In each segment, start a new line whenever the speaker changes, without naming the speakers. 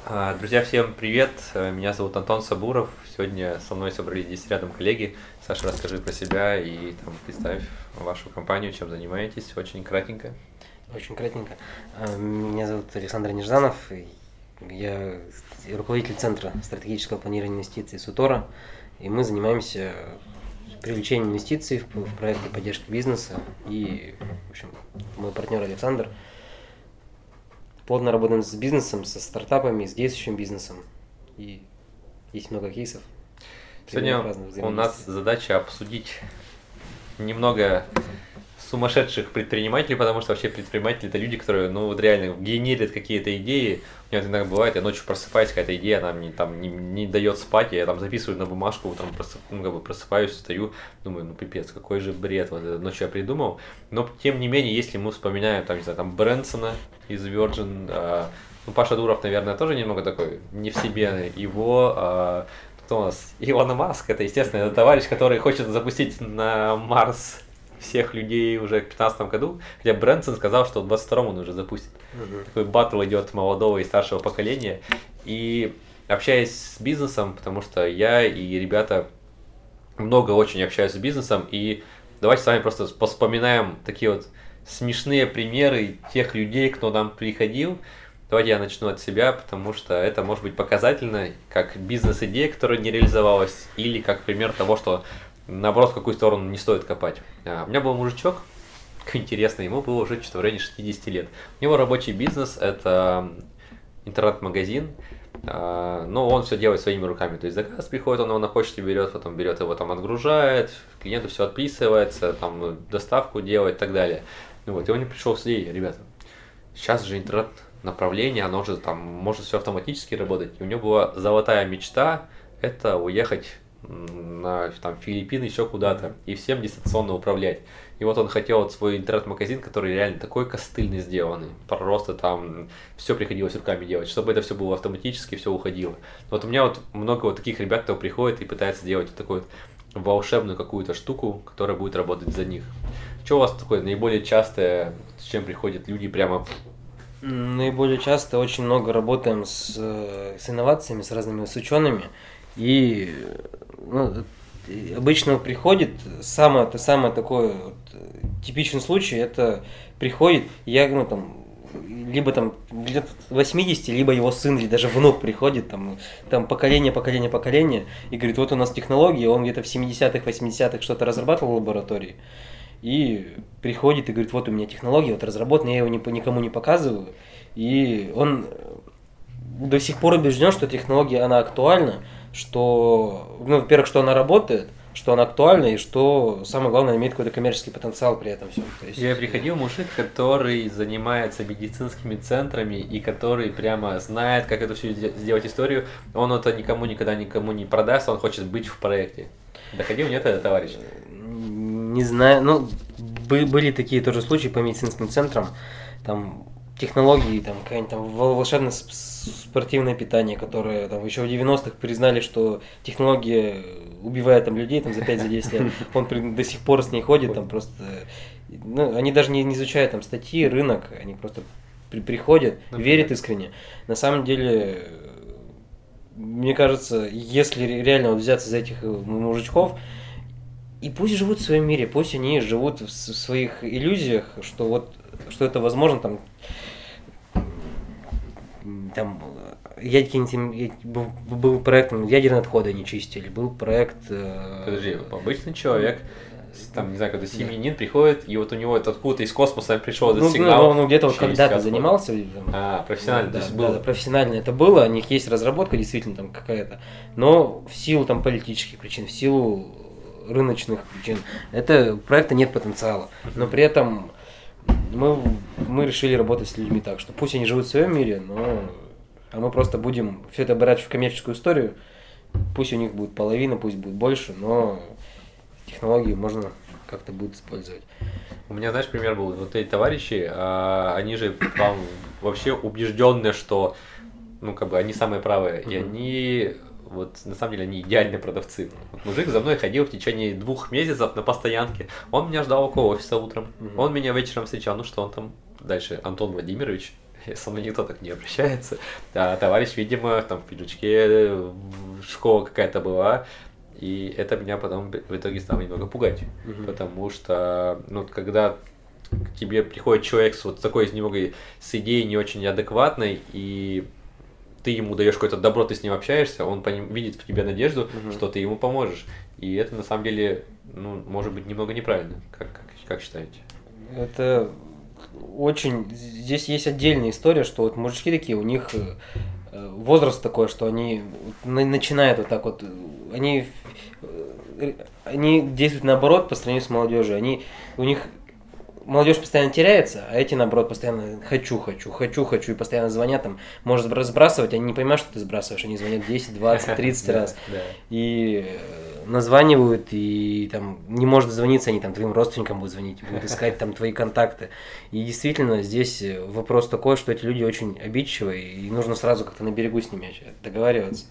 Друзья, всем привет! Меня зовут Антон Сабуров. Сегодня со мной собрались здесь рядом коллеги. Саша, расскажи про себя и представь вашу компанию, чем занимаетесь, очень кратенько.
Очень кратенько. Меня зовут Александр Нежданов. Я руководитель Центра стратегического планирования инвестиций СУТОРа. И мы занимаемся привлечением инвестиций в проекты поддержки бизнеса. И, в общем, мой партнер Александр. Плотно работаем с бизнесом, со стартапами, с действующим бизнесом. И есть много кейсов.
Сегодня у нас задача обсудить немного сумасшедших предпринимателей, потому что вообще предприниматели — это люди, которые, реально генерят какие-то идеи. У меня иногда бывает, я ночью просыпаюсь, какая-то идея, она мне не дает спать, я там записываю на бумажку, утром просыпаюсь, встаю, думаю, пипец, какой же бред, вот это ночью я придумал. Но тем не менее, если мы вспоминаем, Брэнсона из Virgin, Паша Дуров, наверное, тоже немного такой не в себе, его... Кто у нас? Илон Маск, это, естественно, это товарищ, который хочет запустить на Марс всех людей уже к 2015 году, хотя Брэнсон сказал, что в 2022 он уже запустит. Такой баттл идет молодого и старшего поколения. И общаясь с бизнесом, потому что я и ребята много очень общаются с бизнесом, и давайте с вами просто вспоминаем такие вот смешные примеры тех людей, кто нам приходил. Давайте я начну от себя, потому что это может быть показательно, как бизнес-идея, которая не реализовалась, или как пример того, что наоборот, в какую сторону не стоит копать. У меня был мужичок, интересно, ему было уже в районе 60 лет. У него рабочий бизнес, это интернет-магазин, но он все делает своими руками. То есть заказ приходит, он его на почте берет, потом берет его отгружает, клиенту все отписывается, доставку делает и так далее. И он мне пришел с идеей: ребята, сейчас же интернет-направление, оно же может все автоматически работать. И у него была золотая мечта — это уехать на Филиппины, еще куда-то, и всем дистанционно управлять. И он хотел свой интернет-магазин, который реально такой костыльный сделанный, просто все приходилось руками делать, чтобы это все было автоматически, все уходило. У меня много таких ребят, кто приходит и пытается делать такую волшебную какую-то штуку, которая будет работать за них. Что у вас такое наиболее частое, с чем приходят люди прямо?
Наиболее часто очень много работаем с инновациями, с разными учеными. И обычно приходит самое такое типичный случай, это приходит, либо где-то 80, либо его сын, или даже внук приходит, поколение, и говорит: вот у нас технологии, он где-то в 70-х, 80-х что-то разрабатывал в лаборатории, и приходит и говорит: вот у меня технология, разработана, я его никому не показываю, и он до сих пор убежден, что технология, она актуальна, что, во-первых, что она работает, что она актуальна, и что, самое главное, имеет какой-то коммерческий потенциал при этом всем.
Я приходил мужик, который занимается медицинскими центрами и который прямо знает, как это все сделать историю. Он это никому не продаст, он хочет быть в проекте. Доходил, нет, это товарищ?
Не знаю, были такие тоже случаи по медицинским центрам, технологии, какое-нибудь волшебное спортивное питание, которое еще в 90-х признали, что технология убивает людей за 5-10 лет. Он до сих пор с ней ходит, они даже не изучают статьи, рынок, они просто приходят, верят искренне. На самом деле, мне кажется, если реально взяться за этих мужичков, и пусть живут в своем мире, пусть они живут в своих иллюзиях, что это возможно, был проект, ядерные отходы не чистили, был проект...
Подожди, обычный человек, не знаю, когда семьянин приходит, и у него откуда-то из космоса пришел этот сигнал.
Где-то когда-то занимался.
Профессионально,
то есть было. Да, профессионально это было, у них есть разработка действительно какая-то, но в силу политических причин, в силу рыночных причин, проекта нет потенциала, но при этом мы решили работать с людьми так, что пусть они живут в своем мире, а мы просто будем все это брать в коммерческую историю, пусть у них будет половина, пусть будет больше, но технологии можно как-то будет использовать.
У меня, пример был, эти товарищи, они же вообще убежденные, что они самые правые, и они... на самом деле они идеальные продавцы. Мужик за мной ходил в течение 2 месяцев на постоянке. Он меня ждал около офиса утром. Он меня вечером встречал. Что он там дальше? Антон Владимирович. со мной никто так не обращается. А товарищ, видимо, там в пиджачке, школа какая-то была, и это меня потом в итоге стало немного пугать. Потому что, ну, когда к тебе приходит человек с вот такой немного с идеей не очень адекватной, и ты ему даешь какое-то добро, ты с ним общаешься, он видит в тебе надежду, что ты ему поможешь. И это на самом деле, ну, может быть, немного неправильно. Как считаете?
Это очень... Здесь есть отдельная история, что вот мужички такие, у них возраст такой, что они начинают вот так вот... Они действуют наоборот по сравнению с молодежью. У них молодежь постоянно теряется, а эти, наоборот, постоянно хочу, и постоянно звонят, там, может сбрасывать, они не понимают, что ты сбрасываешь, они звонят 10, 20, 30 раз. И названивают, и там не может дозвониться, они там твоим родственникам будут звонить, будут искать там твои контакты. И действительно, здесь вопрос такой, что эти люди очень обидчивые, и нужно сразу как-то на берегу с ними договариваться.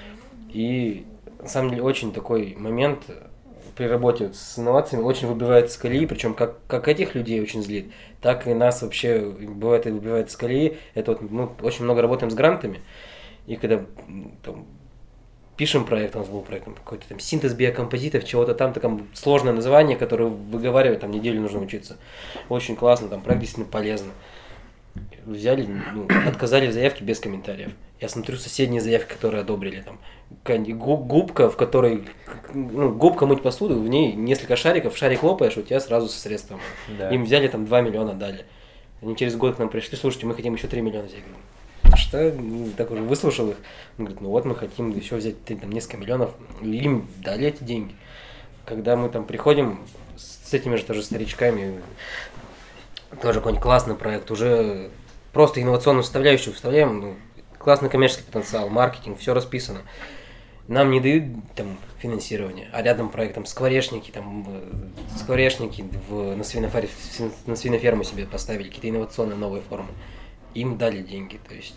И на самом деле очень такой момент при работе с инновациями очень выбивает из колеи, причем как этих людей очень злит, так и нас вообще бывает и выбивает из колеи. Это вот мы очень много работаем с грантами, и когда там, пишем проект, у нас был проект какой-то там синтез биокомпозитов, чего-то там сложное название, которое выговаривать там неделю нужно учиться. Очень классно, там проект действительно полезно. Взяли, отказали в заявке без комментариев. Я смотрю соседние заявки, которые одобрили. Там губка, в которой губка мыть посуду, в ней несколько шариков, шарик лопаешь, у тебя сразу со средством. Да. Им взяли там 2 миллиона, дали. Они через год к нам пришли, слушайте, мы хотим еще 3 миллиона взять. Что? Так уже выслушал их. Он говорит, ну вот мы хотим еще взять там несколько миллионов. Им дали эти деньги. Когда мы там приходим с этими же тоже старичками, тоже какой-нибудь классный проект, уже просто инновационную составляющую вставляем, классный коммерческий потенциал, маркетинг, все расписано. Нам не дают там финансирование, а рядом проект там скворечники на свиноферму себе поставили, какие-то инновационные новые формы. Им дали деньги, то есть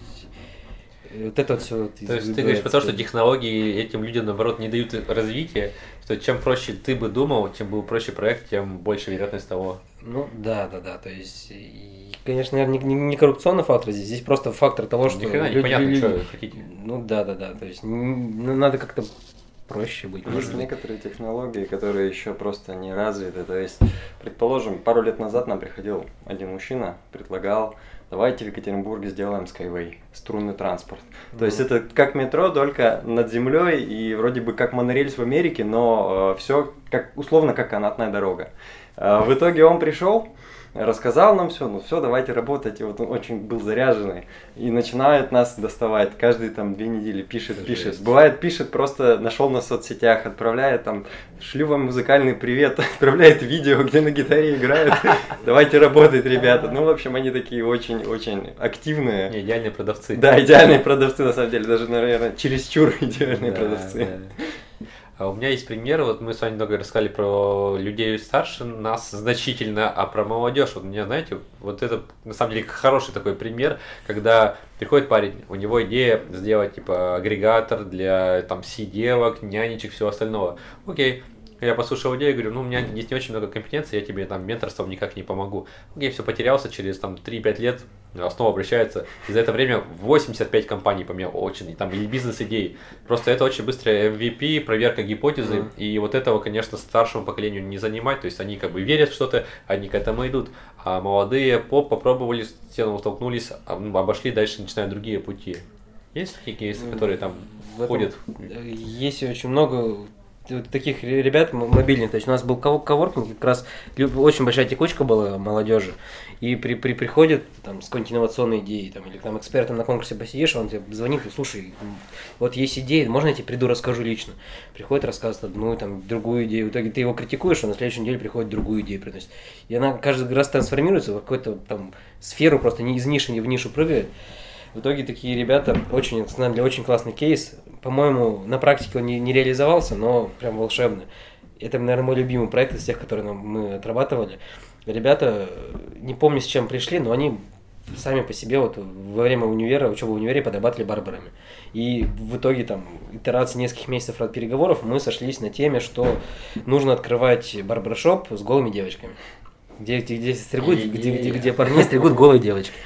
вот это вот все.
То есть ты говоришь про то, что технологии этим людям, наоборот, не дают развития, что чем проще ты бы думал, чем был проще проект, тем больше вероятность того.
Ну да, то есть, и, конечно, наверное, не коррупционный фактор здесь просто фактор того, что
непонятно, что хотите.
Ну да, то есть надо как-то проще быть.
Есть некоторые технологии, которые еще просто не развиты. То есть, предположим, пару лет назад нам приходил один мужчина, предлагал: давайте в Екатеринбурге сделаем Skyway, струнный транспорт. То есть это как метро, только над землей и вроде бы как монорельс в Америке, но все как условно как канатная дорога. В итоге он пришел, рассказал нам все, ну все, давайте работать. И вот он очень был заряженный. И начинает нас доставать. Каждые там 2 недели пишет. Бывает, пишет, просто нашел на соцсетях, отправляет там, шлю вам музыкальный привет, отправляет видео, где на гитаре играет. Давайте работать, ребята. Ну, в общем, они такие очень-очень активные.
Идеальные продавцы.
Да, идеальные продавцы, на самом деле. Даже, наверное, чересчур идеальные продавцы.
А у меня есть пример, вот мы с вами много рассказали про людей старше нас значительно, а про молодежь, вот меня, знаете, вот это на самом деле хороший такой пример, когда приходит парень, у него идея сделать типа агрегатор для там сиделок, нянечек, всего остального. Окей. Я послушал идею и говорю, ну, у меня здесь не очень много компетенций, я тебе там менторством никак не помогу. Окей, все потерялся, через там 3-5 лет снова обращается. И за это время 85 компаний поменял, очень, там, или бизнес-идей. Просто это очень быстрая MVP, проверка гипотезы, и вот этого, конечно, старшему поколению не занимать, то есть они как бы верят в что-то, они к этому идут, а молодые попробовали, стену столкнулись, обошли, дальше начинают другие пути. Есть такие кейсы, которые там ходят?
Есть очень много таких ребят мобильных. То есть у нас был коворкинг, как раз очень большая текучка была молодежи. И приходит там, с какой-нибудь инновационной идеей, там, или там экспертом на конкурсе посидишь, он тебе звонит и слушай, вот есть идея, можно я тебе приду, расскажу лично. Приходит, рассказывает одну, там, другую идею. В итоге ты его критикуешь, а на следующей неделе приходит другую идею приносит. И она каждый раз трансформируется в какую-то там сферу, просто не из ниши в нишу прыгает. В итоге такие ребята, очень, с нами очень классный кейс. По-моему, на практике он не реализовался, но прям волшебно. Это, наверное, мой любимый проект из тех, которые мы отрабатывали. Ребята, не помню, с чем пришли, но они сами по себе вот во время универа, учебы в универе подрабатывали барберами. И в итоге там итерации нескольких месяцев от переговоров мы сошлись на теме, что нужно открывать барбершоп с голыми девочками. Где стригут, где парни стригут голые девочки.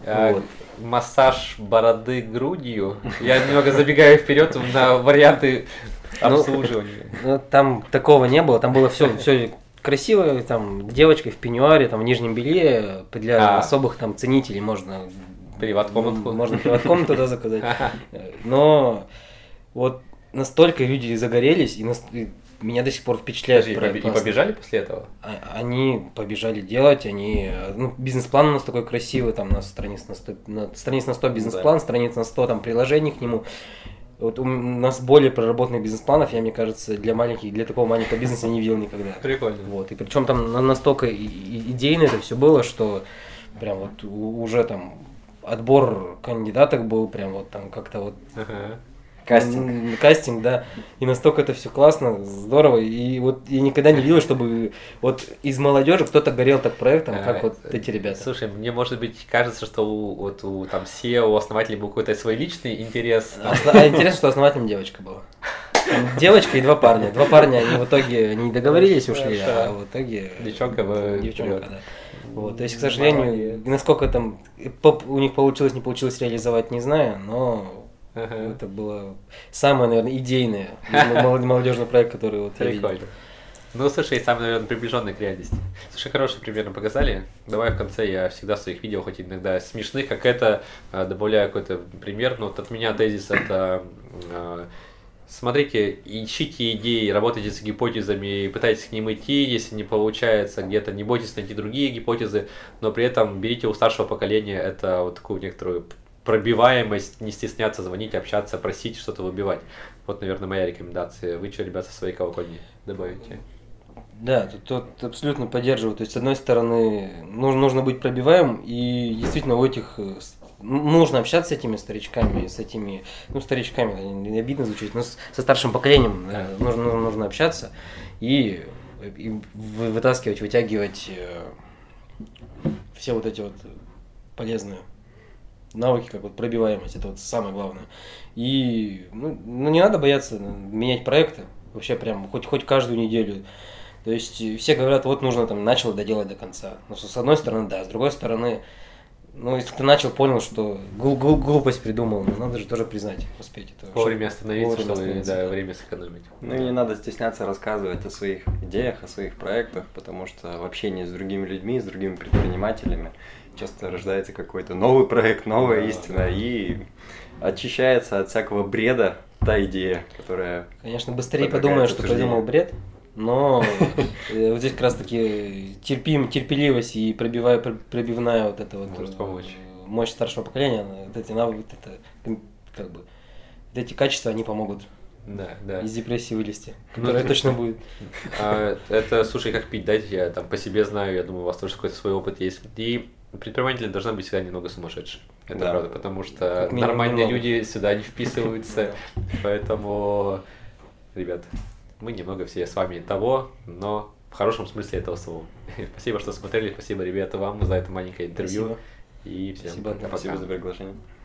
Вот.
Массаж бороды грудью. Я немного забегаю вперед на варианты обслуживания.
Ну, там такого не было, там было все красиво, там девочка в пеньюаре, там в нижнем белье, для особых там ценителей можно
приват-комнатку.
Можно приват-комнату туда заказать. Но вот настолько люди загорелись, и меня до сих пор впечатляет.
И побежали после этого?
Они побежали делать, бизнес-план у нас такой красивый, там на страниц на 100 бизнес-план, страниц на 100 там приложений к нему. Вот у нас более проработанных бизнес-планов, мне кажется, для такого маленького бизнеса я не видел никогда.
Прикольно.
Вот. И причем там настолько идейно это все было, что прям вот уже там отбор кандидаток был прям вот там как-то вот. Кастинг, да. И настолько это все классно, здорово. И вот я никогда не видел, чтобы вот из молодежи кто-то горел так проектом, как вот эти ребята.
Слушай, мне может быть кажется, что у там SEO, у основателей был какой-то свой личный интерес.
Интересно, что основателем девочка была. Девочка и два парня. Два парня, они в итоге не договорились, ушли, а в итоге
девчонка,
да. Вот, то есть, к сожалению, насколько там у них получилось, не получилось реализовать, не знаю, но это было самое, наверное, идейное молодежный проект, который вот я видел.
Ну, слушай, самый, наверное, приближенный к реальности. Слушай, хороший пример нам показали. Давай в конце я всегда в своих видео, хоть иногда смешных, как это, добавляю какой-то пример. Но вот от меня тезис это... Смотрите, ищите идеи, работайте с гипотезами, пытайтесь к ним идти, если не получается где-то, не бойтесь найти другие гипотезы, но при этом берите у старшего поколения это вот такую некоторую пробиваемость, не стесняться звонить, общаться, просить что-то выбивать. Вот, наверное, моя рекомендация. Вы что, ребята, со своей колокольни добавите?
Да, тут абсолютно поддерживаю. То есть, с одной стороны, нужно быть пробиваемым, и действительно у этих нужно общаться с этими старичками, старичками, не обидно звучит, но со старшим поколением нужно общаться и вытягивать все вот эти вот полезные навыки, как вот пробиваемость, это вот самое главное. И не надо бояться менять проекты, вообще прям хоть каждую неделю. То есть все говорят, вот нужно там начал доделать до конца. Но с одной стороны, да, с другой стороны, если ты начал, понял, что глупость придумал, надо же тоже признать, успеть это.
Вовремя остановиться, чтобы время сэкономить.
И не надо стесняться рассказывать о своих идеях, о своих проектах, потому что в общении с другими людьми, с другими предпринимателями часто рождается какой-то новый проект, новая истина, и очищается от всякого бреда та идея, которая...
Конечно, быстрее подумаешь, что придумал бред, но вот здесь как раз таки терпеливость и пробивная вот эта вот мощь старшего поколения, вот эти навыки, вот эти качества, они помогут.
Да.
Из депрессии вылезти, которая точно будет.
Это, слушай, как пить, дайте, я там по себе знаю, я думаю, у вас тоже какой-то свой опыт есть. И предприниматели должны быть всегда немного сумасшедшие. Это правда, потому что нормальные люди сюда не вписываются. Поэтому, ребят, мы немного все с вами того, но в хорошем смысле этого слова. Спасибо, что смотрели, спасибо, ребята, вам за это маленькое интервью.
Спасибо.
И всем
спасибо за приглашение.